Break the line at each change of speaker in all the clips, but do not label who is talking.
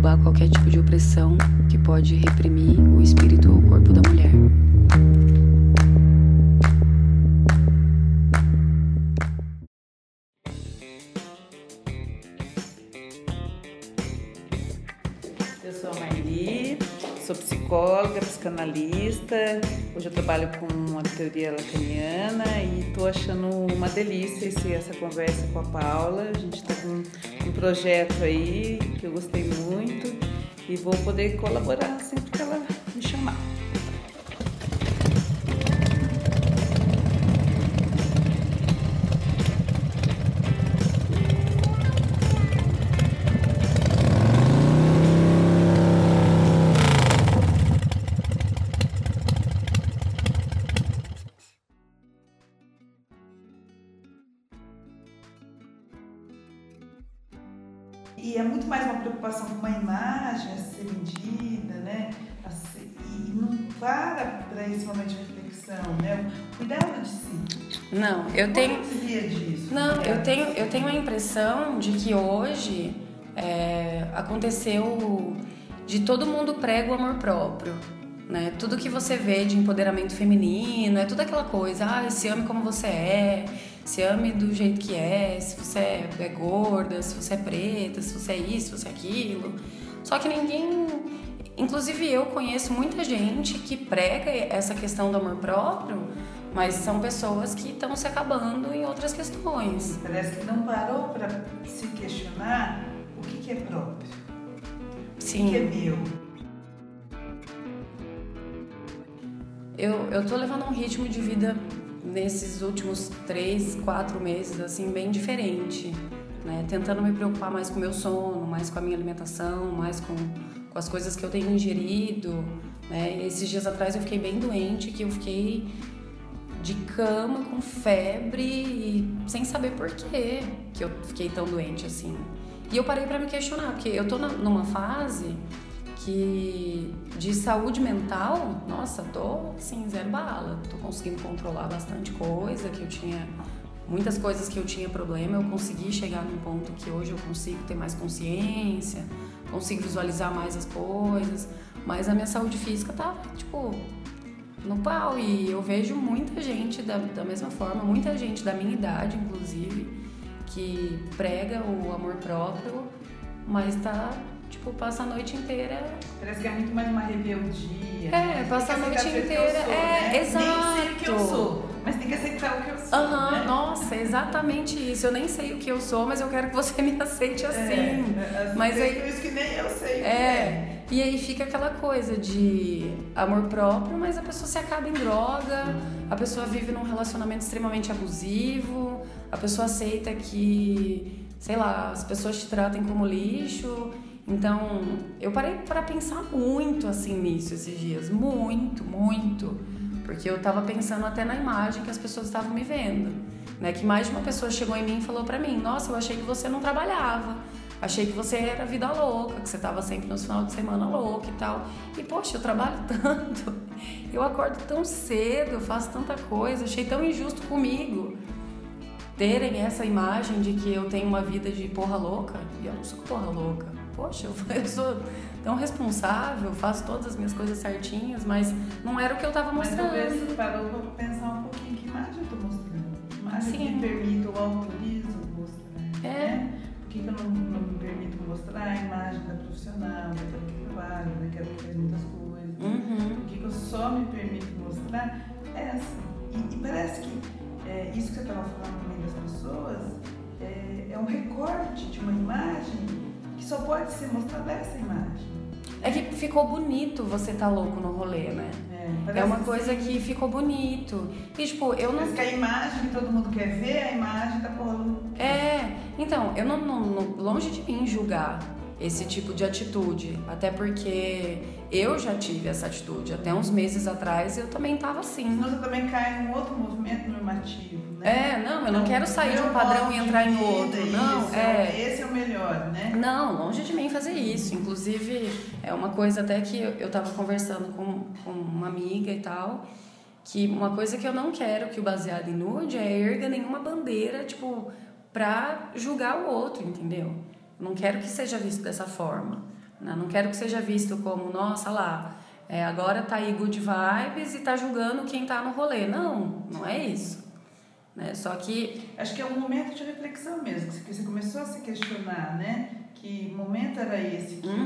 derrubar qualquer tipo de opressão que pode reprimir o espírito ou o corpo da mulher.
Eu sou a Mairi, sou psicóloga, psicanalista. Hoje eu trabalho com a teoria lacaniana e estou achando uma delícia essa conversa com a Paula. A gente está com um projeto aí que eu gostei muito e vou poder colaborar sempre que ela me chamar. E é muito mais uma preocupação com uma imagem a ser vendida, né? E não para esse momento de reflexão, né? O cuidado de si.
Não, eu tenho.
Como dizia disso?
Não, eu tenho a impressão de que hoje aconteceu de todo mundo prega o amor próprio, né? Tudo que você vê de empoderamento feminino é tudo aquela coisa, se ame como você é, se ame do jeito que é, se você é gorda, se você é preta, se você é isso, se você é aquilo. Só que ninguém, inclusive eu conheço muita gente que prega essa questão do amor próprio, mas são pessoas que estão se acabando em outras questões.
Parece que não parou para se questionar o que é próprio,
Sim.
o que é meu.
Eu tô levando um ritmo de vida nesses últimos 3, 4 meses, assim, bem diferente, né? Tentando me preocupar mais com o meu sono, mais com a minha alimentação, mais com as coisas que eu tenho ingerido, né? Esses dias atrás eu fiquei bem doente, que eu fiquei de cama, com febre e sem saber por quê que eu fiquei tão doente, assim. E eu parei pra me questionar, porque eu tô numa fase que de saúde mental, nossa, tô assim, zero bala, tô conseguindo controlar bastante coisa, que eu tinha, muitas coisas que eu tinha problema, eu consegui chegar num ponto que hoje eu consigo ter mais consciência, consigo visualizar mais as coisas, mas a minha saúde física tá, tipo, no pau, e eu vejo muita gente da mesma forma, muita gente da minha idade, inclusive, que prega o amor próprio, mas tá, tipo, passa a noite inteira.
Parece que é muito mais uma rebeldia.
Passa a noite inteira. Exato.
Nem sei o que eu sou, mas tem que aceitar o que eu sou. Né?
Nossa, exatamente isso. Eu nem sei o que eu sou, mas eu quero que você me aceite assim. Mas aí,
por isso que nem eu sei o que
E aí fica aquela coisa de amor próprio, mas a pessoa se acaba em droga, a pessoa vive num relacionamento extremamente abusivo, a pessoa aceita que, sei lá, as pessoas te tratem como lixo. Então, eu parei para pensar muito assim nisso esses dias, muito, porque eu tava pensando até na imagem que as pessoas estavam me vendo, né? Que mais de uma pessoa chegou em mim e falou para mim: nossa, eu achei que você não trabalhava, achei que você era vida louca, que você tava sempre nos finais de semana louca e tal. E poxa, eu trabalho tanto, eu acordo tão cedo, eu faço tanta coisa, achei tão injusto comigo terem essa imagem de que eu tenho uma vida de porra louca, e eu não sou porra louca. Poxa, eu sou tão responsável, faço todas as minhas coisas certinhas, mas não era o que eu tava mostrando.
Mas talvez você parou pra pensar um pouquinho que imagem eu tô mostrando. Que imagem que me permito ou autorizo mostrar. Né? Por que eu não me permito mostrar a imagem da profissional, daquela que trabalha, daquela que faz muitas coisas? Por que eu só me permito mostrar essa? E parece que isso que você estava falando no meio das pessoas é um recorte de uma imagem que só pode ser mostrada essa imagem.
É que ficou bonito você tá louco no rolê, né? É uma coisa que ficou bonito. E tipo, eu não...
Parece que a imagem que todo mundo quer ver, a imagem tá porra louca.
Então, eu não longe de mim julgar esse tipo de atitude, até porque eu já tive essa atitude. Até uns meses atrás eu também tava assim.
Senão você também cai num outro movimento normativo, né?
Eu não quero sair de um padrão e entrar em outro.
Esse é o melhor, né?
Não, longe de mim fazer isso. Inclusive, é uma coisa até que eu tava conversando com uma amiga e tal, que uma coisa que eu não quero que o Baseado em Nude erga nenhuma bandeira, tipo, pra julgar o outro, entendeu? Não quero que seja visto dessa forma. Não quero que seja visto como, nossa, lá, agora tá aí good vibes e tá julgando quem tá no rolê. Não é isso. Né? Só que...
Acho que é um momento de reflexão mesmo, que você começou a se questionar, né? Que momento era esse que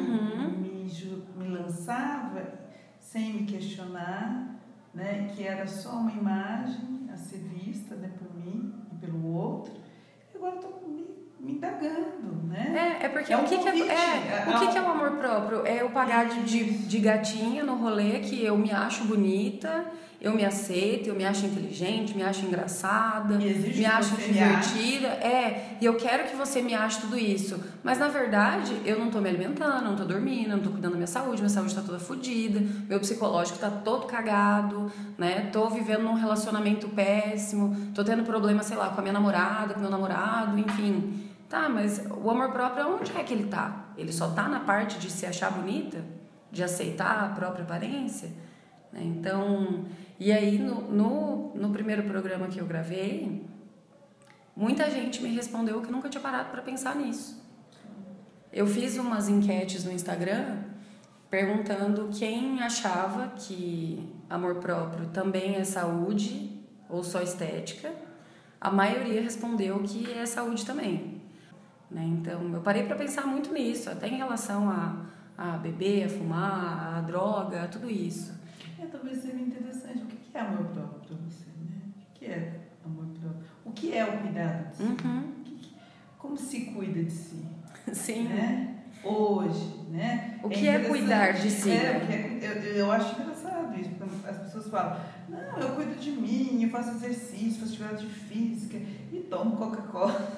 me lançava sem me questionar, né? Que era só uma imagem a ser vista, né? Por mim e pelo outro. E agora eu tô me indagando, né?
Porque o que é o amor próprio? É eu pagar de gatinha no rolê, que eu me acho bonita, eu me aceito, eu me acho inteligente, me acho engraçada, me acho divertida. E eu quero que você me ache tudo isso. Mas na verdade, eu não tô me alimentando, não tô dormindo, não tô cuidando da minha saúde tá toda fodida, meu psicológico tá todo cagado, né? Tô vivendo num relacionamento péssimo, tô tendo problema, sei lá, com a minha namorada, com meu namorado, enfim. Tá, mas o amor próprio, onde é que ele tá? Ele só tá na parte de se achar bonita? De aceitar a própria aparência? Né? Então, e aí no primeiro programa que eu gravei, muita gente me respondeu que nunca tinha parado para pensar nisso. Eu fiz umas enquetes no Instagram perguntando quem achava que amor próprio também é saúde ou só estética. A maioria respondeu que é saúde também. Né? Então, eu parei para pensar muito nisso, até em relação a beber, a fumar, a droga, tudo isso.
Talvez seja interessante. O que é amor próprio para você? Né? O que é amor próprio? O que é o cuidado de si? Como se cuida de si?
Sim.
Né? Hoje, né?
O que é cuidar de si?
Eu acho engraçado isso. As pessoas falam, não, eu cuido de mim, eu faço exercício, faço atividade física e tomo Coca-Cola.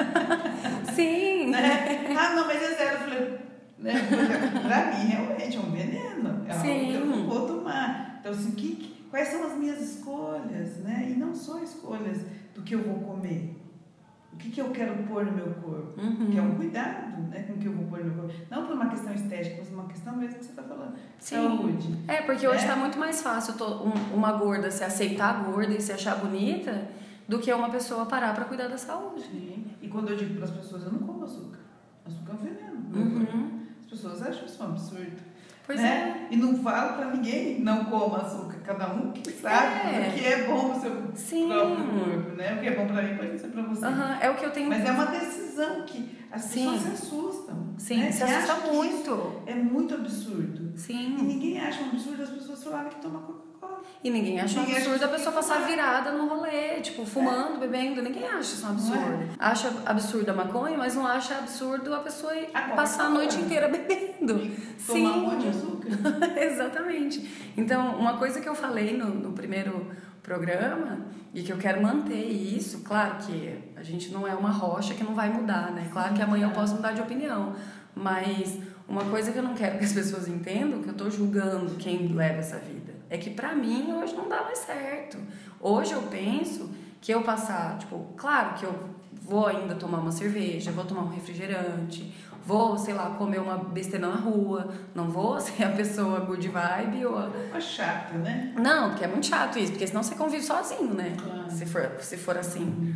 Sim.
Né? Não, mas é zero. Eu falei, né? Pra mim, realmente, é um veneno. É algo que eu não vou tomar. Então, assim, quais são as minhas escolhas, né? E não só escolhas do que eu vou comer. O que eu quero pôr no meu corpo? Que é um cuidado, né, com o que eu vou pôr no meu corpo. Não por uma questão estética, mas uma questão mesmo que você está falando. Saúde.
Porque hoje está muito mais fácil uma gorda se aceitar gorda e se achar bonita do que uma pessoa parar para cuidar da saúde.
Sim. E quando eu digo para as pessoas, eu não como açúcar. Açúcar é um veneno. As pessoas acham isso um absurdo.
Pois é.
E não falo para ninguém não coma açúcar. Cada um que sabe o que é bom para o seu próprio corpo, né? O que é bom para mim pode ser para você.
É o que eu tenho.
Mas é uma decisão que as pessoas se assustam.
Sim,
né?
se assustam muito.
É muito absurdo.
Sim.
E ninguém acha um absurdo as pessoas falarem que toma Coca-Cola.
E ninguém acha um absurdo a pessoa passar virada no rolê, tipo, fumando, bebendo. Ninguém acha isso um absurdo. Acha absurdo a maconha, mas não acha absurdo a pessoa passar a noite inteira bebendo.
Tomar um monte de açúcar.
Exatamente. Então, uma coisa que eu falei no primeiro programa e que eu quero manter isso, claro que a gente não é uma rocha que não vai mudar, né? Claro que amanhã eu posso mudar de opinião, mas uma coisa que eu não quero que as pessoas entendam, que eu tô julgando quem leva essa vida, é que pra mim hoje não dá mais certo. Hoje eu penso que eu passar, tipo, claro que eu vou ainda tomar uma cerveja, vou tomar um refrigerante, vou, sei lá, comer uma besteira na rua, não vou ser a pessoa good vibe ou...
É chato, né?
Não, porque é muito chato isso, porque senão você convive sozinho, né?
Claro.
Se for assim.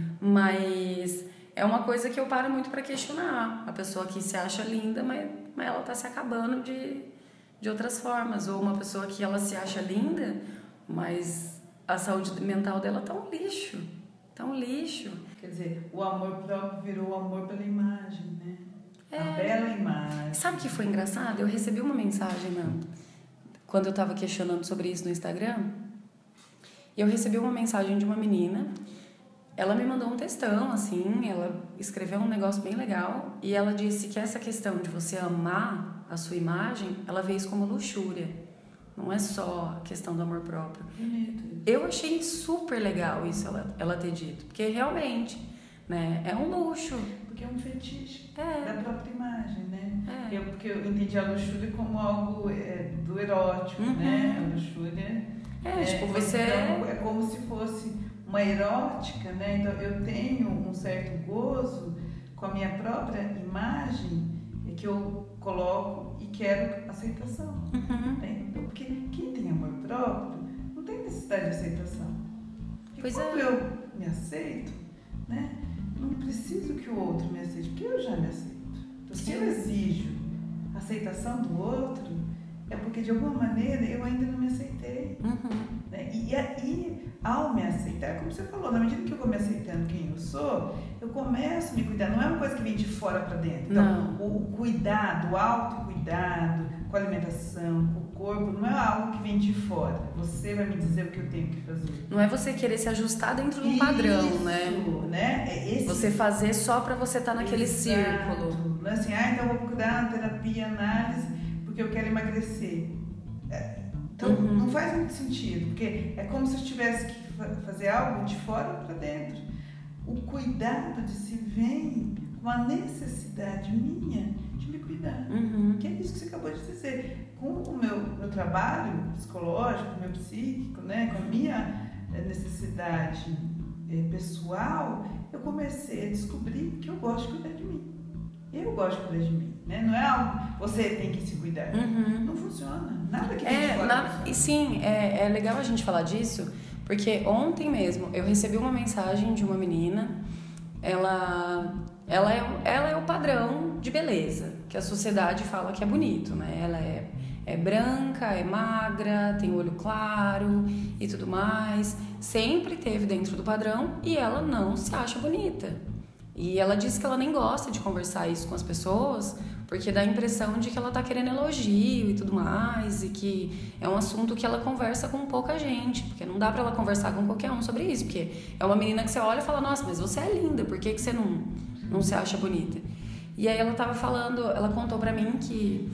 Mas é uma coisa que eu paro muito pra questionar. A pessoa que se acha linda, mas ela tá se acabando de outras formas. Ou uma pessoa que ela se acha linda, mas a saúde mental dela tá um lixo. Tá um lixo.
Quer dizer, o amor próprio virou o amor pela imagem, né? A bela imagem.
Sabe o que foi engraçado? Eu recebi uma mensagem quando eu tava questionando sobre isso no Instagram. E eu recebi uma mensagem de uma menina. Ela me mandou um textão, assim, ela escreveu um negócio bem legal. E ela disse que essa questão de você amar a sua imagem, ela vê isso como luxúria. Não é só a questão do amor próprio.
Bonito.
Eu achei super legal isso ela ter dito. Porque realmente, né, é um luxo.
Porque é um fetiche da própria imagem, né? Porque eu entendi a luxúria como algo do erótico, né? A luxúria...
tipo, você...
Então, é como se fosse uma erótica, né? Então, eu tenho um certo gozo com a minha própria imagem que eu coloco e quero aceitação. Né? Então, porque quem tem amor próprio não tem necessidade de aceitação. E quando eu me aceito, né? Não preciso que o outro me aceite, porque eu já me aceito. Então, se eu exijo aceitação do outro, é porque de alguma maneira eu ainda não me aceitei. Né? E ao me aceitar, como você falou, na medida que eu vou me aceitando quem eu sou, eu começo a me cuidar. Não é uma coisa que vem de fora para dentro. Então, o cuidado, o autocuidado com a alimentação, com o corpo, não é algo que vem de fora. Você vai me dizer o que eu tenho que fazer.
Não é você querer se ajustar dentro de um padrão, né? Você fazer só para você estar naquele círculo.
Não é assim, então eu vou procurar terapia, análise, porque eu quero emagrecer. Então, não faz muito sentido, porque é como se eu tivesse que fazer algo de fora para dentro. O cuidado de si vem com a necessidade minha de me cuidar. Que é isso que você acabou de dizer. Com o meu trabalho psicológico, o meu psíquico, né, com a minha necessidade pessoal, eu comecei a descobrir que eu gosto de cuidar de mim. Eu gosto de cuidar de mim, né? Não é algo você tem que se cuidar. Não funciona. Nada que vem de fora.
E sim, é legal a gente falar disso, porque ontem mesmo eu recebi uma mensagem de uma menina. Ela é o padrão de beleza que a sociedade fala que é bonito, né? Ela é branca, é magra, tem olho claro e tudo mais. Sempre teve dentro do padrão e ela não se acha bonita. E ela disse que ela nem gosta de conversar isso com as pessoas, porque dá a impressão de que ela tá querendo elogio e tudo mais, e que é um assunto que ela conversa com pouca gente, porque não dá pra ela conversar com qualquer um sobre isso, porque é uma menina que você olha e fala, nossa, mas você é linda, por que você não se acha bonita? E aí ela tava falando, ela contou pra mim que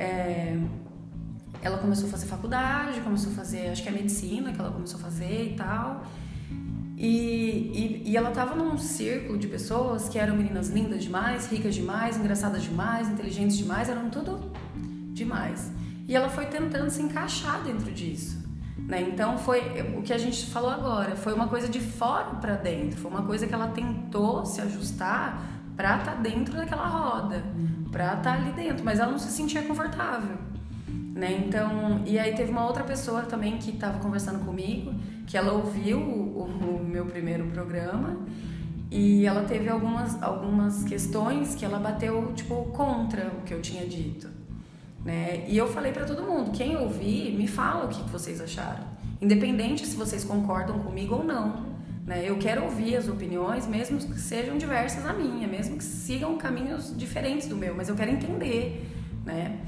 ela começou a fazer faculdade, começou a fazer, acho que é medicina que ela começou a fazer e tal. E ela tava num círculo de pessoas que eram meninas lindas demais, ricas demais, engraçadas demais, inteligentes demais, eram tudo demais. E ela foi tentando se encaixar dentro disso, né? Então foi o que a gente falou agora, foi uma coisa de fora para dentro, foi uma coisa que ela tentou se ajustar para estar dentro daquela roda, para estar ali dentro, mas ela não se sentia confortável, né? Então, e aí teve uma outra pessoa também que estava conversando comigo, que ela ouviu o meu primeiro programa e ela teve algumas questões que ela bateu tipo contra o que eu tinha dito, né? E eu falei para todo mundo, quem ouvir, me fala o que vocês acharam, independente se vocês concordam comigo ou não, né? Eu quero ouvir as opiniões, mesmo que sejam diversas da minha, mesmo que sigam caminhos diferentes do meu, mas eu quero entender, né?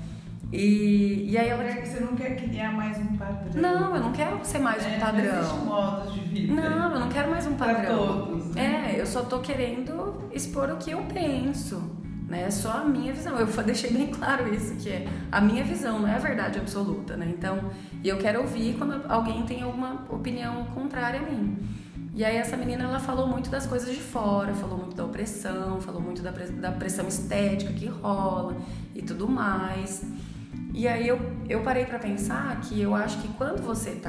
E aí ela...
Você não quer criar mais um padrão.
Não, eu não quero ser mais um padrão.
Não existe modos de vida.
Não, eu não quero mais um padrão.
Para todos. Né?
Eu só tô querendo expor o que eu penso, né? Só a minha visão. Eu deixei bem claro isso, que é a minha visão, não é a verdade absoluta, né? Então, eu quero ouvir quando alguém tem alguma opinião contrária a mim. E aí essa menina, ela falou muito das coisas de fora, falou muito da opressão, falou muito da pressão estética que rola e tudo mais. E aí eu parei pra pensar que eu acho que quando você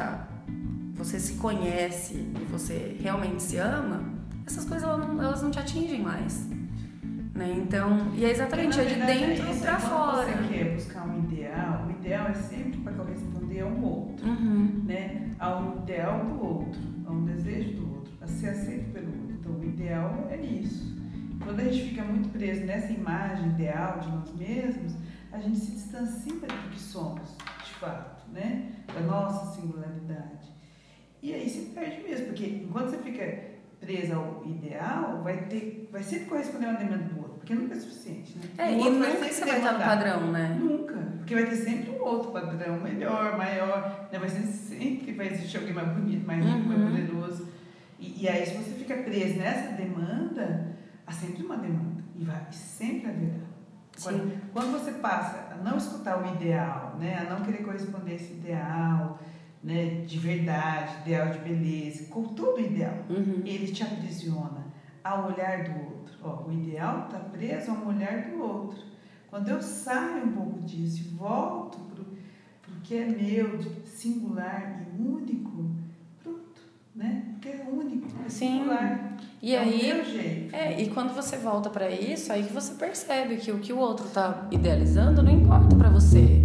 se conhece e você realmente se ama, essas coisas elas não te atingem mais, né? Então, e é exatamente de dentro pra fora.
Quando você quer buscar um ideal, o ideal é sempre para corresponder a um outro, né? A um ideal do outro, a um desejo do outro, a ser aceito pelo outro. Então, o ideal é isso. Quando a gente fica muito preso nessa imagem ideal de nós mesmos, a gente se distancia do que somos, de fato, né? Da nossa singularidade. E aí se perde mesmo, porque enquanto você fica presa ao ideal, vai sempre corresponder a uma demanda do outro, porque nunca é suficiente, né?
E nunca você vai estar no padrão, né?
Nunca, porque vai ter sempre um outro padrão, melhor, maior, né? Vai existir alguém mais bonito, mais rico, mais poderoso. E aí se você fica preso nessa demanda, há sempre uma demanda, e sempre haverá. Quando você passa a não escutar o ideal, né, a não querer corresponder a esse ideal, né, de verdade, ideal de beleza, com todo o ideal, ele te aprisiona ao olhar do outro. O ideal está preso ao olhar do outro. Quando eu saio um pouco disso e volto para o que é meu, singular e único, pronto, né? Porque é único, é singular.
E aí, e quando você volta para isso, aí que você percebe que o que o outro tá idealizando não importa para você.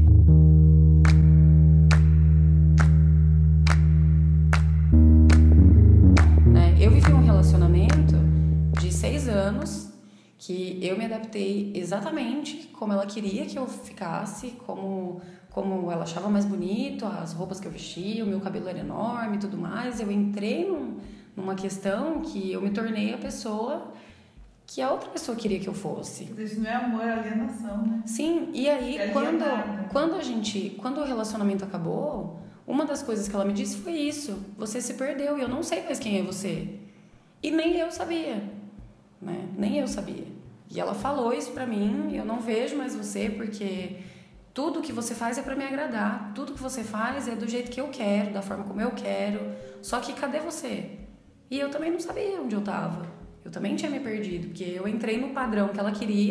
Né? Eu vivi um relacionamento de 6 anos que eu me adaptei exatamente como ela queria que eu ficasse, como ela achava mais bonito, as roupas que eu vestia, o meu cabelo era enorme e tudo mais. Eu entrei numa questão que eu me tornei a pessoa que a outra pessoa queria que eu fosse.
Isso não é amor, é alienação, né?
Sim, e aí quando o relacionamento acabou, uma das coisas que ela me disse foi isso: você se perdeu e eu não sei mais quem é você. E nem eu sabia, né? Nem eu sabia. E ela falou isso pra mim: eu não vejo mais você porque tudo que você faz é pra me agradar, tudo que você faz é do jeito que eu quero, da forma como eu quero, só que cadê você? E eu também não sabia onde eu tava. Eu também tinha me perdido, porque eu entrei no padrão que ela queria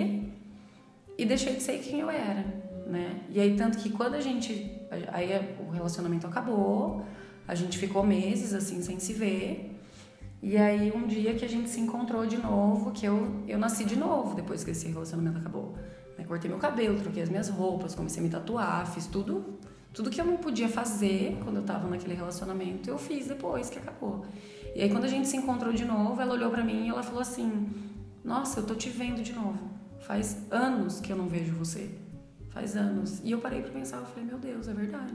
e deixei de ser quem eu era, né? E aí, tanto que quando aí o relacionamento acabou, a gente ficou meses, assim, sem se ver. E aí, um dia que a gente se encontrou de novo, que eu nasci de novo depois que esse relacionamento acabou. Cortei meu cabelo, troquei as minhas roupas, comecei a me tatuar, fiz tudo que eu não podia fazer quando eu tava naquele relacionamento, eu fiz depois que acabou. E aí, quando a gente se encontrou de novo, ela olhou pra mim e ela falou assim: nossa, eu tô te vendo de novo. Faz anos que eu não vejo você. Faz anos. E eu parei pra pensar, eu falei: meu Deus, é verdade.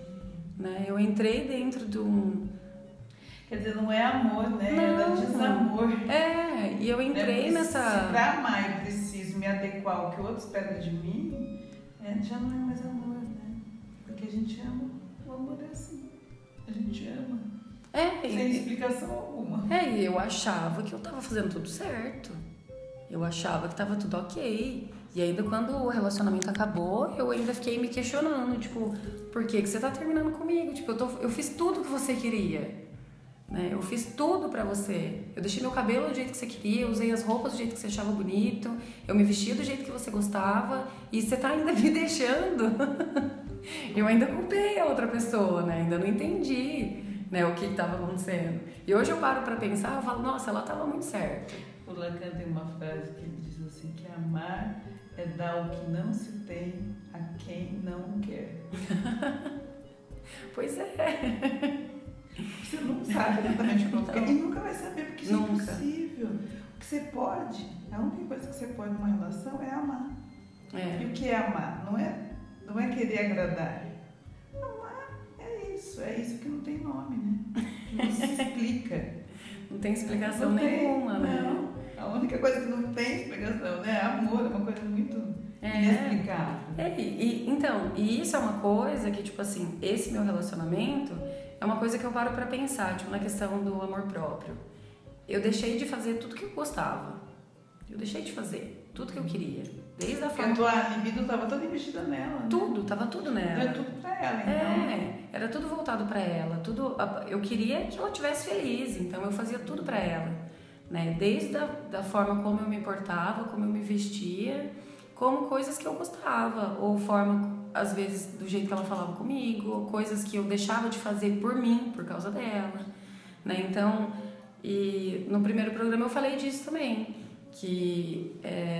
Né? Eu entrei dentro de um...
Quer dizer, não é amor, né?
Não.
É desamor.
É, e eu entrei nessa...
Se pra amar eu preciso me adequar ao que o outro espera de mim, já não é mais amor, né? Porque a gente ama. O amor é assim. A gente ama. Sem explicação alguma.
E eu achava que eu tava fazendo tudo certo. Eu achava que tava tudo ok. E ainda quando o relacionamento acabou, eu ainda fiquei me questionando, tipo, por que você tá terminando comigo? Tipo, eu fiz tudo que você queria. Né? Eu fiz tudo pra você. Eu deixei meu cabelo do jeito que você queria, eu usei as roupas do jeito que você achava bonito, eu me vestia do jeito que você gostava, e você tá ainda me deixando. Eu ainda culpei a outra pessoa, né? Ainda não entendi, né, o que estava acontecendo. E hoje eu paro pra pensar, eu falo: nossa, ela estava muito certa.
O Lacan tem uma frase que ele diz assim, que amar é dar o que não se tem a quem não quer.
Pois é.
Você não sabe exatamente o que eu quero e nunca vai saber, porque isso é impossível. O que você pode, a única coisa que você pode numa relação é amar. E o que é amar? Não é querer agradar. Amar é isso que não tem nome, né? Que não se explica.
Não tem explicação nenhuma, né?
Não. A única coisa que não tem explicação, né? Amor é uma coisa muito inexplicável.
E isso é uma coisa que, tipo assim, esse meu relacionamento é uma coisa que eu paro pra pensar, tipo, na questão do amor próprio. Eu deixei de fazer tudo que eu gostava. Eu deixei de fazer tudo que eu queria. Desde a forma...
Porque a tua libido estava toda investida nela. Né?
Tava tudo nela.
Era tudo pra ela, então.
Era tudo voltado pra ela. Eu queria que ela estivesse feliz, então eu fazia tudo pra ela. Né? Desde da forma como eu me portava, como eu me vestia, como coisas que eu gostava, ou forma, às vezes, do jeito que ela falava comigo, ou coisas que eu deixava de fazer por mim, por causa dela. Né? Então, e no primeiro programa eu falei disso também, que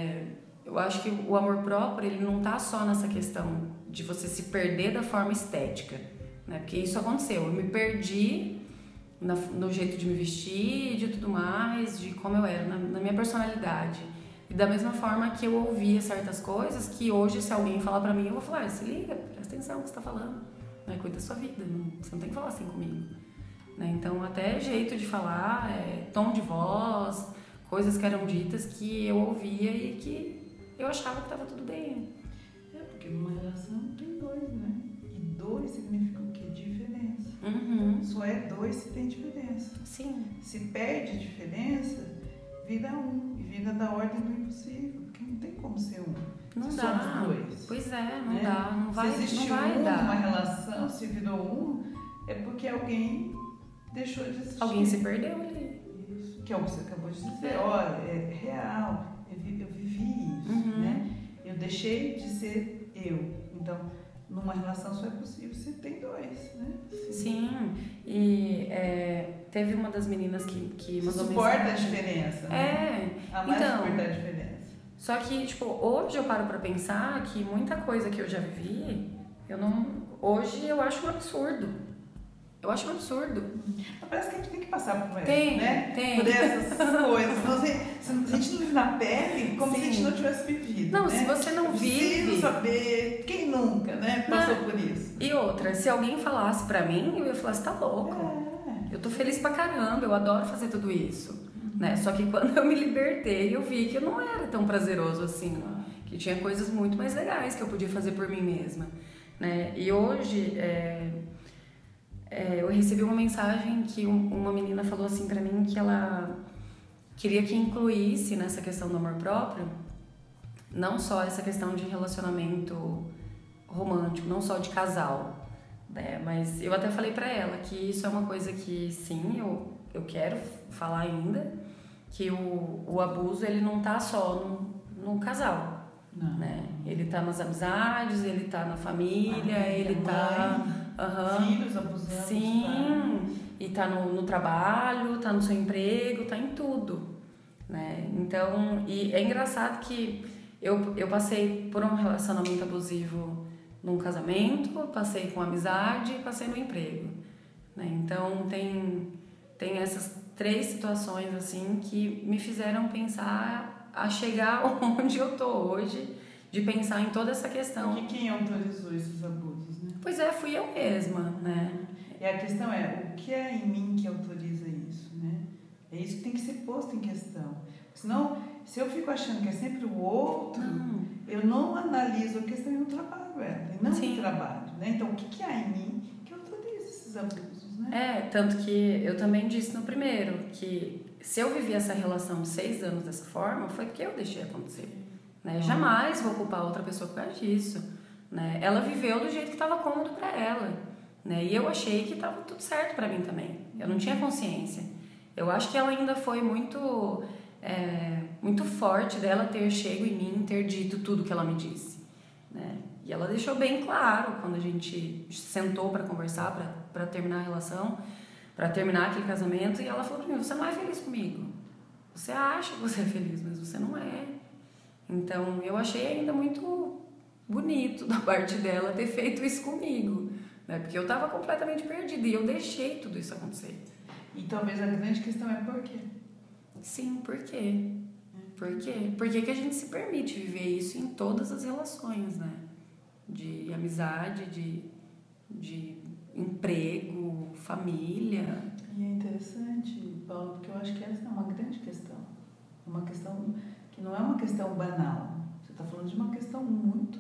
eu acho que o amor próprio, ele não tá só nessa questão de você se perder da forma estética, né? Porque isso aconteceu, eu me perdi no jeito de me vestir, de tudo mais, de como eu era, na minha personalidade. E da mesma forma que eu ouvia certas coisas, que hoje, se alguém falar pra mim, eu vou falar: se liga, presta atenção no que você tá falando, né? Cuida da sua vida, você não tem que falar assim comigo. Né? Então, até jeito de falar, tom de voz, coisas que eram ditas que eu ouvia e que eu achava que tava tudo bem.
Porque numa relação tem dois, né? E dois significa o quê? Diferença.
Uhum.
Só é dois se tem diferença.
Sim.
Se perde a diferença, vira um. E vira da ordem do impossível. Porque não tem como ser um.
Não
se
dá.
Somos dois.
Pois é, não dá. Não vai,
se existe
não vai
um
dar.
numa relação, se virou um, é porque alguém deixou de existir.
Alguém se perdeu ali.
Isso. Que é o que você acabou de dizer. Olha, é real. Eu vivi isso, né? Eu deixei de ser eu. Então, numa relação só é possível se tem dois, né?
Sim. E teve uma das meninas que mandou
suporta
mensagem.
A diferença, né? Amar
então,
suportar a diferença.
Só que, tipo, hoje eu paro pra pensar que muita coisa que eu já vivi, hoje eu acho um absurdo. Eu acho um absurdo.
Parece que a gente tem que passar por
essas,
né?
Tem.
Por essas coisas. Não, se a gente não vive na pele, como Sim. se a gente não tivesse vivido.
Não,
né?
se você não vive...
Preciso saber, quem nunca, né? Passou por isso.
E outra, se alguém falasse pra mim, eu ia falar, você tá louco. Eu tô feliz pra caramba, eu adoro fazer tudo isso. Né? Só que quando eu me libertei, eu vi que não era tão prazeroso assim. Que tinha coisas muito mais legais que eu podia fazer por mim mesma. Né? E hoje... eu recebi uma mensagem que uma menina falou assim pra mim que ela queria que incluísse nessa questão do amor próprio não só essa questão de relacionamento romântico, não só de casal, né? Mas eu até falei pra ela que isso é uma coisa que sim, eu quero falar ainda, que o abuso ele não tá só no casal, né? Ele tá nas amizades, ele tá na família, ele tá...
Filhos abusando.
Sim, e tá no trabalho, tá no seu emprego, tá em tudo, né? Então, e é engraçado que eu passei por um relacionamento abusivo num casamento, passei com amizade e passei no emprego, né? Então, tem essas 3 situações, assim, que me fizeram pensar a chegar onde eu tô hoje, de pensar em toda essa questão.
E quem autorizou esses abusos, né?
Pois é, fui eu mesma, né?
E a questão é, o que é em mim que autoriza isso, né? É isso que tem que ser posto em questão. Senão, se eu fico achando que é sempre o outro, eu não analiso a questão e não trabalho ela, e não Sim. trabalho, né? Então, o que há em mim que autoriza esses abusos, né?
Tanto que eu também disse no primeiro, que se eu vivi essa relação 6 anos dessa forma, foi porque eu deixei acontecer, né? Jamais vou culpar outra pessoa por causa disso. Né? Ela viveu do jeito que estava cômodo para ela, né? E eu achei que estava tudo certo para mim também. Eu não tinha consciência. Eu acho que ela ainda foi muito forte dela ter chego em mim, ter dito tudo que ela me disse, né? E ela deixou bem claro quando a gente sentou para conversar, para terminar a relação, para terminar aquele casamento, e ela falou para mim: você não é feliz comigo. Você acha que você é feliz, mas você não é. Então eu achei ainda muito bonito da parte dela ter feito isso comigo, né? Porque eu estava completamente perdida e eu deixei tudo isso acontecer.
E talvez a grande questão é por quê?
Sim, por quê? Por quê? Por que a gente se permite viver isso em todas as relações, né? De amizade, de emprego, família.
E é interessante, Paulo, porque eu acho que essa é uma grande questão. Uma questão que não é uma questão banal. Você está falando de uma questão muito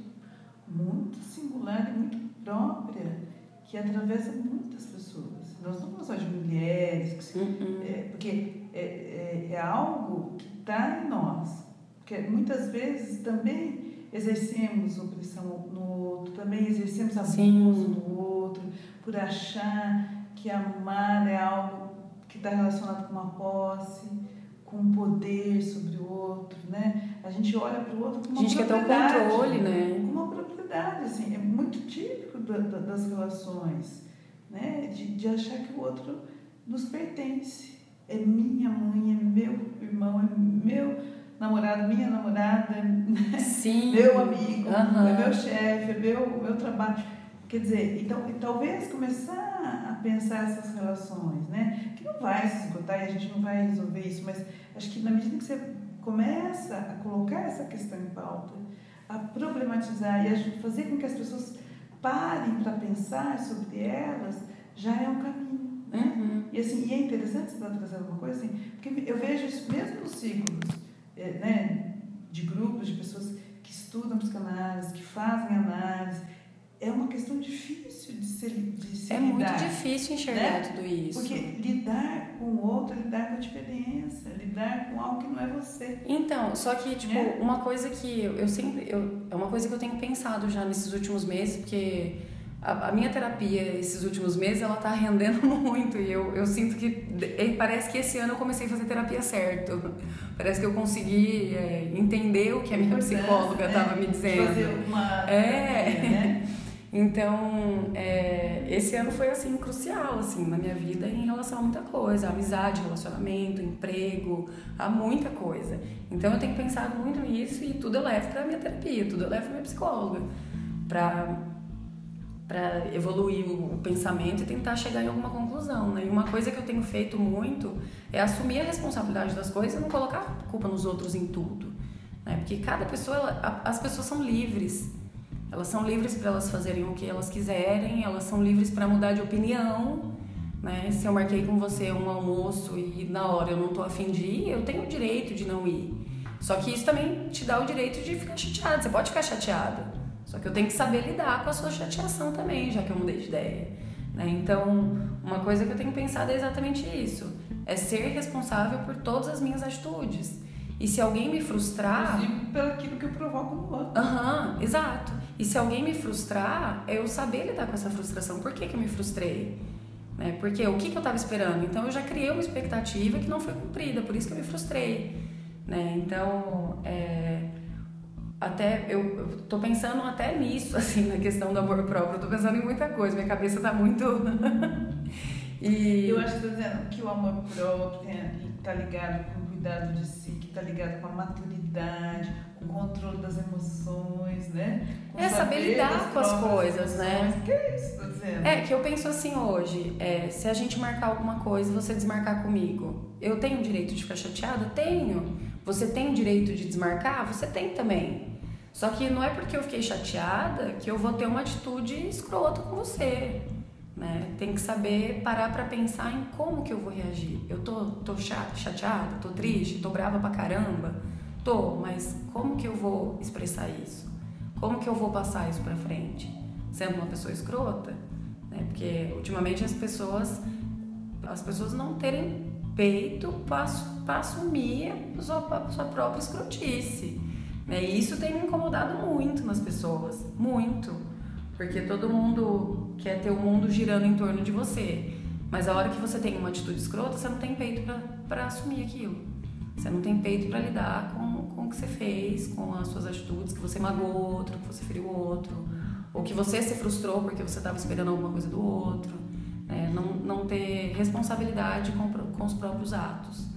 singular e muito própria, que atravessa muitas pessoas. Nós não falamos só de mulheres, porque é algo que está em nós. Porque muitas vezes também exercemos opressão no outro, também exercemos abuso no outro, por achar que amar é algo que está relacionado com uma posse, com um poder sobre o outro, né? A gente olha para o outro com uma propriedade. A gente quer ter um controle, né? Com uma propriedade, assim, é muito típico das relações, né? De achar que o outro nos pertence. É minha mãe, é meu irmão, é meu namorado, minha namorada, né?
Sim.
Meu amigo, é meu chefe, é meu trabalho. Quer dizer, então, talvez começar a pensar essas relações, né? Que não vai se esgotar e a gente não vai resolver isso, mas acho que na medida que você começa a colocar essa questão em pauta, a problematizar e a fazer com que as pessoas parem para pensar sobre elas, já é um caminho, né? E assim, e é interessante você estar trazendo uma coisa assim, porque eu vejo isso mesmo nos ciclos, né, de grupos de pessoas que estudam psicanálise, que fazem análise. É uma questão difícil de se lidar.
Muito difícil enxergar, né? Tudo isso.
Porque lidar com o outro, lidar com a diferença, lidar com algo que não é você.
Então, só que, tipo, uma coisa que é uma coisa que eu tenho pensado já nesses últimos meses, porque a minha terapia esses últimos meses, ela tá rendendo muito, e eu sinto que parece que esse ano eu comecei a fazer terapia certo. Parece que eu consegui entender o que a minha psicóloga estava me dizendo.
Fazer uma terapia, né?
Então, esse ano foi, assim, crucial, assim, na minha vida em relação a muita coisa. Amizade, relacionamento, emprego, a muita coisa. Então, eu tenho pensado muito nisso e tudo eu levo pra minha terapia, tudo eu levo pra minha psicóloga. para evoluir o pensamento e tentar chegar em alguma conclusão, né? E uma coisa que eu tenho feito muito é assumir a responsabilidade das coisas e não colocar a culpa nos outros em tudo, né? Porque cada pessoa, as pessoas são livres. Elas são livres para elas fazerem o que elas quiserem, elas são livres para mudar de opinião, né? Se eu marquei com você um almoço e na hora eu não tô a fim de ir, eu tenho o direito de não ir. Só que isso também te dá o direito de ficar chateado. Você pode ficar chateada. Só que eu tenho que saber lidar com a sua chateação também, já que eu mudei de ideia, né? Então, uma coisa que eu tenho pensado é exatamente isso. É ser responsável por todas as minhas atitudes. E se alguém me frustrar...
Inclusive pelo aquilo que eu provoco no outro.
Exato. E se alguém me frustrar, é eu saber lidar com essa frustração. Por que eu me frustrei? Né? Porque o que eu estava esperando? Então, eu já criei uma expectativa que não foi cumprida, por isso que eu me frustrei, né? Então, até eu tô pensando até nisso, assim, na questão do amor próprio. Eu tô pensando em muita coisa, minha cabeça tá muito...
Eu acho que você tá dizendo que o amor próprio tá ligado com o cuidado de si, que tá ligado com a maturidade, com o controle das emoções, né? Com
saber lidar com as coisas, né?
Que é isso que tá dizendo?
Que eu penso assim hoje, se a gente marcar alguma coisa e você desmarcar comigo, eu tenho o direito de ficar chateada? Tenho. Você tem o direito de desmarcar? Você tem também. Só que não é porque eu fiquei chateada que eu vou ter uma atitude escrota com você, né? Tem que saber parar pra pensar em como que eu vou reagir. Eu tô chateada, tô triste, tô brava pra caramba. Mas como que eu vou expressar isso? Como que eu vou passar isso pra frente? Sendo uma pessoa escrota, né? Porque ultimamente as pessoas não terem peito para assumir a sua própria escrotice, né? E isso tem me incomodado muito nas pessoas, muito, porque todo mundo quer ter o mundo girando em torno de você, mas a hora que você tem uma atitude escrota, você não tem peito para assumir aquilo, você não tem peito para lidar com o que você fez, com as suas atitudes, que você magoou o outro, que você feriu o outro, ou que você se frustrou porque você estava esperando alguma coisa do outro. Não ter responsabilidade com os próprios atos.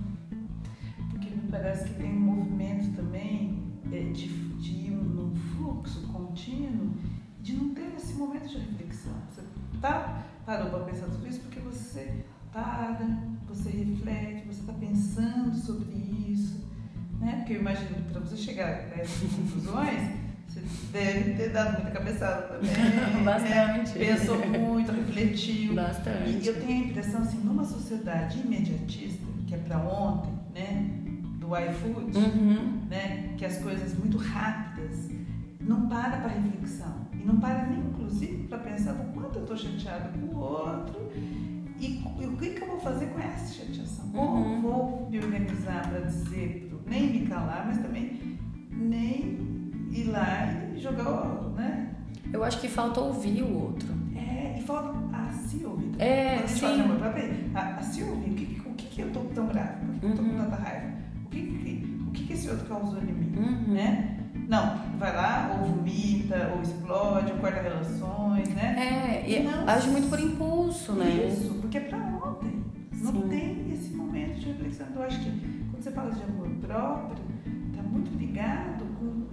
Porque me parece que tem um movimento também de ir num fluxo contínuo, de não ter esse momento de reflexão. Você parou para pensar tudo isso porque você para, você reflete, você está pensando sobre isso, né? Porque eu imagino que para você chegar a essas conclusões, você deve ter dado muita cabeçada também.
Bastante.
Pensou muito, refletiu.
Bastante.
E eu tenho a impressão, assim, numa sociedade imediatista, que é para ontem, né? Do iFood, né? Que as coisas muito rápidas, não para reflexão. E não para nem, inclusive, para pensar o quanto eu estou chateada com o outro e o que eu vou fazer com essa chateação. Como vou me organizar para dizer, nem me calar, mas também nem ir lá e jogar o, né?
Eu acho que falta ouvir o outro.
E falta se ouvir.
Sim.
A se ouvir. O que eu tô tão grave? Por que eu tô com tanta raiva? O que esse outro causou em mim? Né? Não, vai lá, ou vomita, ou explode, ou corta relações, né?
E age muito por impulso, né?
Isso, porque é pra ontem. Não tem esse momento de reflexão. Então, eu acho que quando você fala de amor próprio, tá muito ligado com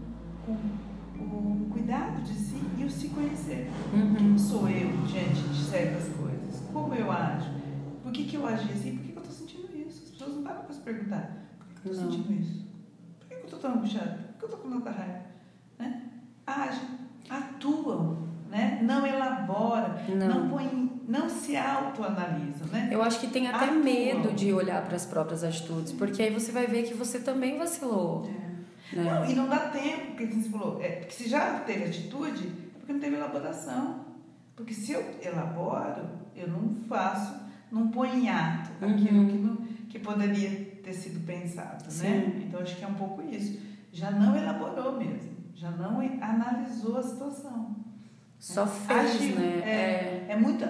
o cuidado de si e o se conhecer. Quem sou eu diante de certas coisas? Como eu ajo? Por que eu agi assim? Por que eu estou sentindo isso? As pessoas não param para se perguntar. Por que eu estou sentindo isso? Por que eu estou tão angustiada? Por que eu estou com tanta raiva? Né? Agem, atuam, né? Não elaboram, não se autoanalisam. Né?
Eu acho que tem até medo de olhar para as próprias atitudes, porque aí você vai ver que você também vacilou. Né?
Não, e não dá tempo, porque você falou, porque se já teve atitude, é porque não teve elaboração. Porque se eu elaboro, eu não faço, não ponho em ato aquilo que poderia ter sido pensado, né? Então acho que é um pouco isso. Já não elaborou mesmo, já não analisou a situação.
Só fez,
agiu,
né?
É muito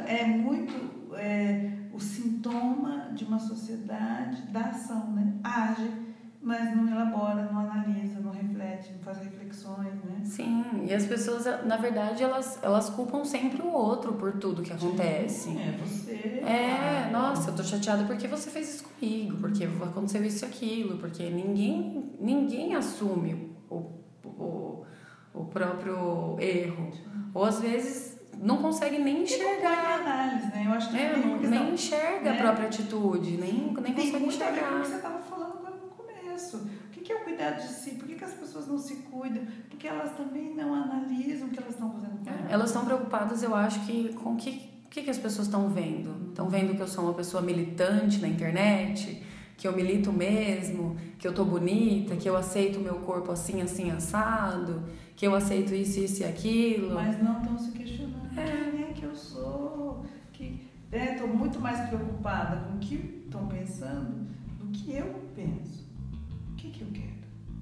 o sintoma de uma sociedade da ação, né? Age, mas não elabora, não analisa, não reflete, não faz reflexões, né?
Sim, e as pessoas, na verdade, elas culpam sempre o outro por tudo que acontece.
Você.
Nossa, eu tô chateada porque você fez isso comigo, porque aconteceu isso e aquilo, porque ninguém assume o próprio erro. Ou às vezes não consegue nem enxergar.
Não análise, né? Eu acho que
nem enxerga, né? A própria atitude, nem consegue enxergar.
Tem que você estava falando agora no começo. O que é o cuidar de si? Por que as pessoas não se cuidam? Porque elas também não analisam o que elas estão fazendo.
Elas estão preocupadas, eu acho, com o que as pessoas estão vendo. Estão vendo que eu sou uma pessoa militante na internet, que eu milito mesmo, que eu tô bonita, que eu aceito o meu corpo assim, assim, assado, que eu aceito isso e aquilo.
Mas não estão se questionando quem é que eu sou. Estou muito mais preocupada com o que estão pensando do que eu penso. O que eu quero?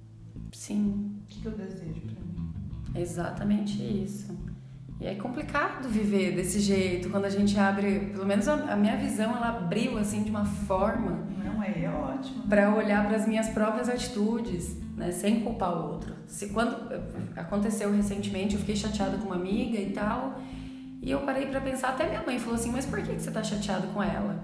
Sim.
O que eu desejo para mim?
É exatamente isso. E é complicado viver desse jeito, quando a gente abre, pelo menos a minha visão, ela abriu assim de uma forma.
Não, é ótimo.
Para olhar para as minhas próprias atitudes, né, sem culpar o outro. Quando aconteceu recentemente, eu fiquei chateada com uma amiga e tal, e eu parei para pensar, até minha mãe falou assim, mas por que você tá chateada com ela?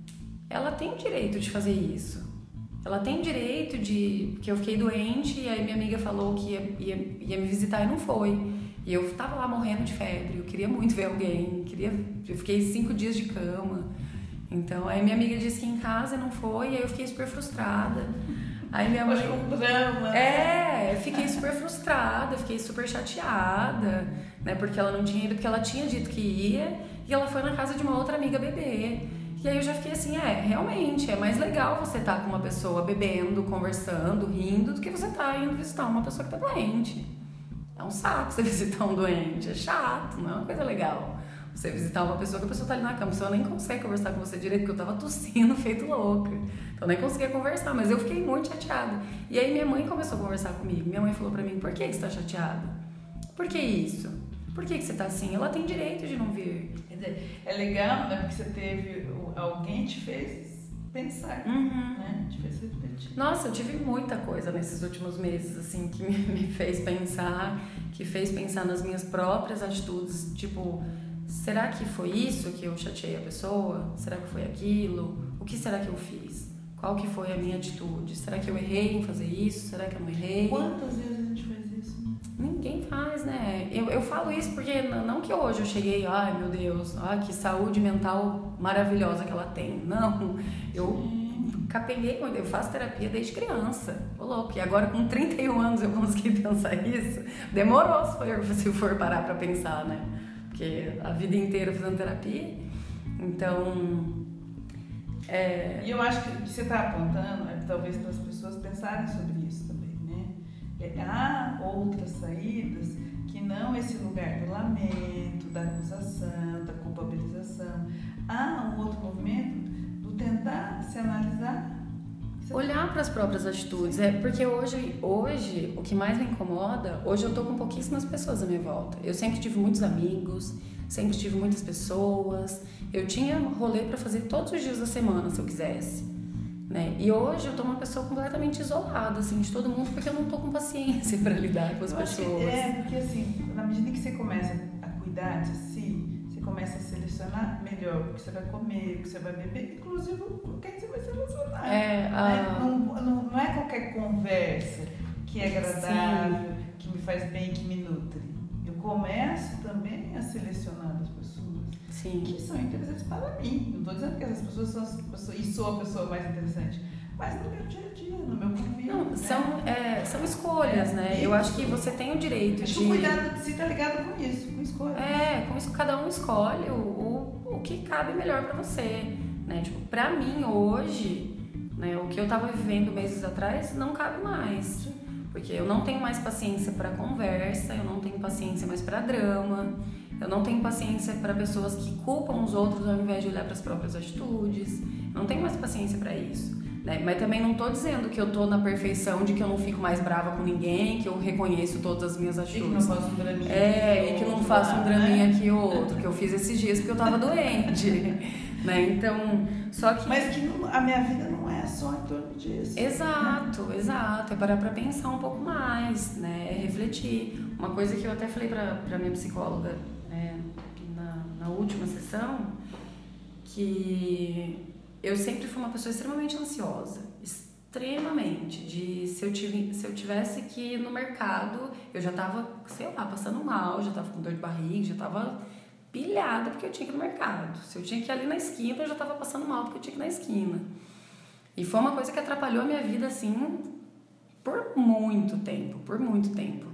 Ela tem o direito de fazer isso. Ela tem o direito de... que eu fiquei doente e aí minha amiga falou que ia me visitar e não foi. E eu tava lá morrendo de febre, eu queria muito ver alguém, eu fiquei 5 dias de cama. Então, aí minha amiga disse que em casa não foi, e aí eu fiquei super frustrada. Aí minha mãe...
um drama.
Eu fiquei super frustrada, fiquei super chateada, né? Porque ela não tinha ido, porque ela tinha dito que ia, e ela foi na casa de uma outra amiga beber. E aí eu já fiquei assim, realmente, é mais legal você estar com uma pessoa bebendo, conversando, rindo, do que você estar indo visitar uma pessoa que tá doente. É um saco você visitar um doente, é chato, não é uma coisa legal. Você visitar uma pessoa que a pessoa tá ali na cama, a pessoa nem consegue conversar com você direito, porque eu tava tossindo, feito louca. Então eu nem conseguia conversar, mas eu fiquei muito chateada. E aí minha mãe começou a conversar comigo. Minha mãe falou pra mim, por que você tá chateada? Por que isso? Por que você tá assim? Ela tem direito de não vir.
Quer dizer, é legal, né? Porque você teve... Alguém te fez pensar, né? Te fez refletir.
Nossa, eu tive muita coisa nesses últimos meses, assim, que me fez pensar, que fez pensar nas minhas próprias atitudes, tipo... Será que foi isso que eu chateei a pessoa? Será que foi aquilo? O que será que eu fiz? Qual que foi a minha atitude? Será que eu errei em fazer isso? Será que eu não errei?
Quantas vezes a gente faz isso?
Ninguém faz, né? Eu falo isso porque não que hoje eu cheguei, ai meu Deus, que saúde mental maravilhosa que ela tem. Não, eu capenguei, eu faço terapia desde criança. Ô louco, e agora com 31 anos eu consegui pensar isso. Demorou se for parar pra pensar, né? Porque a vida inteira fazendo terapia, então...
E eu acho que o que você está apontando é talvez para as pessoas pensarem sobre isso também, né? Há outras saídas que não esse lugar do lamento, da acusação, da culpabilização. Há um outro movimento do tentar se analisar.
Olhar para as próprias atitudes, porque hoje o que mais me incomoda, hoje eu tô com pouquíssimas pessoas à minha volta. Eu sempre tive muitos amigos, sempre tive muitas pessoas, eu tinha rolê para fazer todos os dias da semana, se eu quisesse, né? E hoje eu tô uma pessoa completamente isolada, assim, de todo mundo, porque eu não tô com paciência para lidar com as pessoas.
Porque assim, na medida que você começa a cuidar de si, você começa a selecionar melhor o que você vai comer, o que você vai beber, inclusive com quem você vai se relacionar. Não é qualquer conversa que é agradável, sim, que me faz bem, que me nutre. Eu começo também a selecionar as pessoas, sim, que são interessantes para mim. Não estou dizendo que essas pessoas são as pessoas, e sou a pessoa mais interessante, mas no meu dia a dia, no meu convívio.
Não, são escolhas, né? Eu acho que você tem o direito de...
O cuidado de si está ligado com isso, com escolhas.
Com isso cada um escolhe o que cabe melhor para você, né? Tipo, pra mim hoje, né, o que eu tava vivendo meses atrás não cabe mais. Porque eu não tenho mais paciência para conversa, eu não tenho paciência mais para drama, eu não tenho paciência para pessoas que culpam os outros ao invés de olhar para as próprias atitudes. Eu não tenho mais paciência para isso. Né? Mas também não tô dizendo que eu tô na perfeição, de que eu não fico mais brava com ninguém, que eu reconheço todas as minhas atitudes.
E que não faço um draminha
e que não faço um draminha aqui ou outro, que eu fiz esses dias porque eu tava doente. Né? Então, só que...
Mas que a minha vida não é só em torno disso.
Exato. É parar pra pensar um pouco mais, né? É refletir. Uma coisa que eu até falei pra minha psicóloga na última sessão, que... Eu sempre fui uma pessoa extremamente ansiosa, extremamente. Se eu tivesse que ir no mercado, eu já tava, sei lá, passando mal, já tava com dor de barriga, já tava pilhada porque eu tinha que ir no mercado. Se eu tinha que ir ali na esquina, eu já estava passando mal porque eu tinha que ir na esquina. E foi uma coisa que atrapalhou a minha vida, assim, por muito tempo.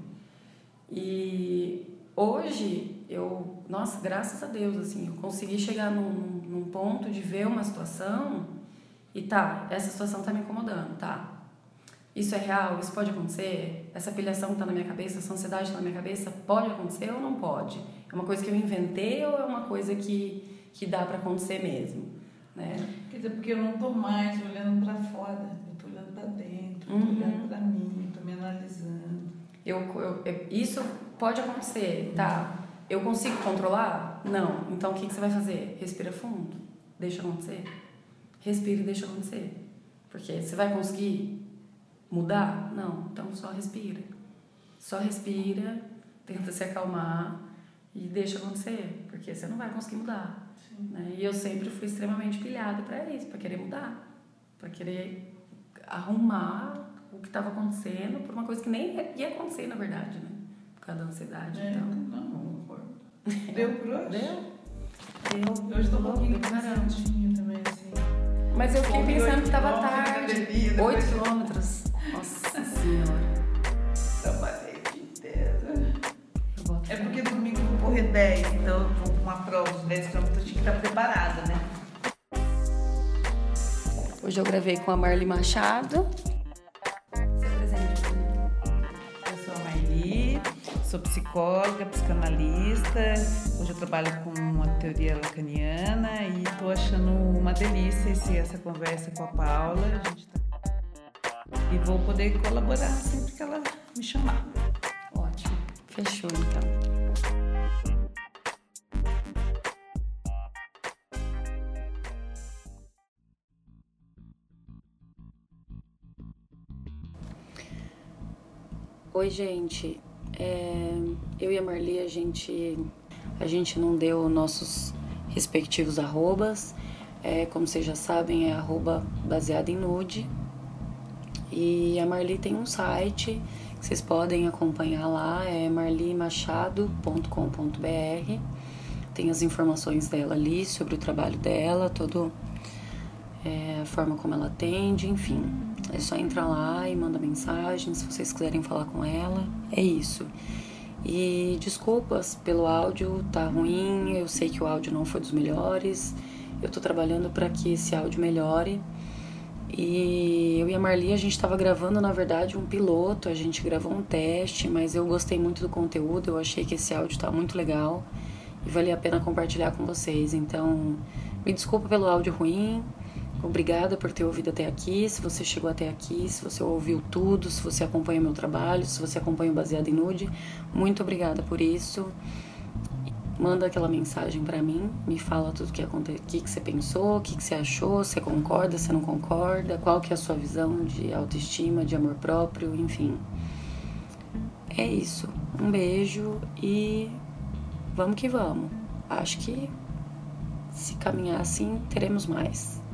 E hoje, nossa, graças a Deus, assim, eu consegui chegar num ponto de ver uma situação e essa situação tá me incomodando, Isso é real? Isso pode acontecer? Essa pilhação tá na minha cabeça, essa ansiedade tá na minha cabeça, pode acontecer ou não pode? É uma coisa que eu inventei ou é uma coisa que dá para acontecer mesmo, né?
Quer dizer, porque eu não tô mais olhando para fora, eu tô olhando para dentro, tô olhando para mim, tô me analisando.
Isso pode acontecer, Eu consigo controlar? Não. Então, o que você vai fazer? Respira fundo, deixa acontecer. Respira e deixa acontecer. Porque você vai conseguir mudar? Não. Então, só respira. Só respira, tenta se acalmar e deixa acontecer, porque você não vai conseguir mudar. Né? E eu sempre fui extremamente pilhada para isso, para querer mudar, para querer arrumar o que estava acontecendo por uma coisa que nem ia acontecer, na verdade, né? Por causa da ansiedade.
Deu por hoje?
Deu.
Eu estou um pouquinho cansadinha também, assim.
Mas eu fiquei pensando que estava tarde. 8 quilômetros. Nossa Senhora.
Trabalhei o dia inteiro. É porque domingo eu vou correr 10, então eu vou com uma prova de 10 km, eu tinha que estar preparada, né?
Hoje eu gravei com a Marli Machado. Se apresente.
Eu sou a Marli, sou psicóloga, psicanalista. Hoje eu trabalho com a teoria lacaniana e estou achando uma delícia essa conversa com a Paula. E vou poder colaborar sempre que ela me chamar.
Ótimo. Fechou, então. Oi, gente. Eu e a Marli, a gente não deu nossos respectivos arrobas. Como vocês já sabem, é arroba baseado em nude. E a Marli tem um site que vocês podem acompanhar lá, é marlimachado.com.br. Tem as informações dela ali sobre o trabalho dela, toda a forma como ela atende, enfim. É só entrar lá e manda mensagem se vocês quiserem falar com ela. É isso. E desculpas pelo áudio, tá ruim, eu sei que o áudio não foi dos melhores. Eu tô trabalhando para que esse áudio melhore. E eu e a Marli, a gente estava gravando, na verdade, um piloto, a gente gravou um teste, mas eu gostei muito do conteúdo, eu achei que esse áudio tá muito legal e valia a pena compartilhar com vocês. Então, me desculpa pelo áudio ruim, obrigada por ter ouvido até aqui, se você chegou até aqui, se você ouviu tudo, se você acompanha o meu trabalho, se você acompanha o Baseado em Nude, muito obrigada por isso. Manda aquela mensagem pra mim, me fala tudo o que você pensou, o que você achou, se concorda, se não concorda, qual que é a sua visão de autoestima, de amor próprio, enfim. É isso. Um beijo e vamos que vamos. Acho que se caminhar assim, teremos mais.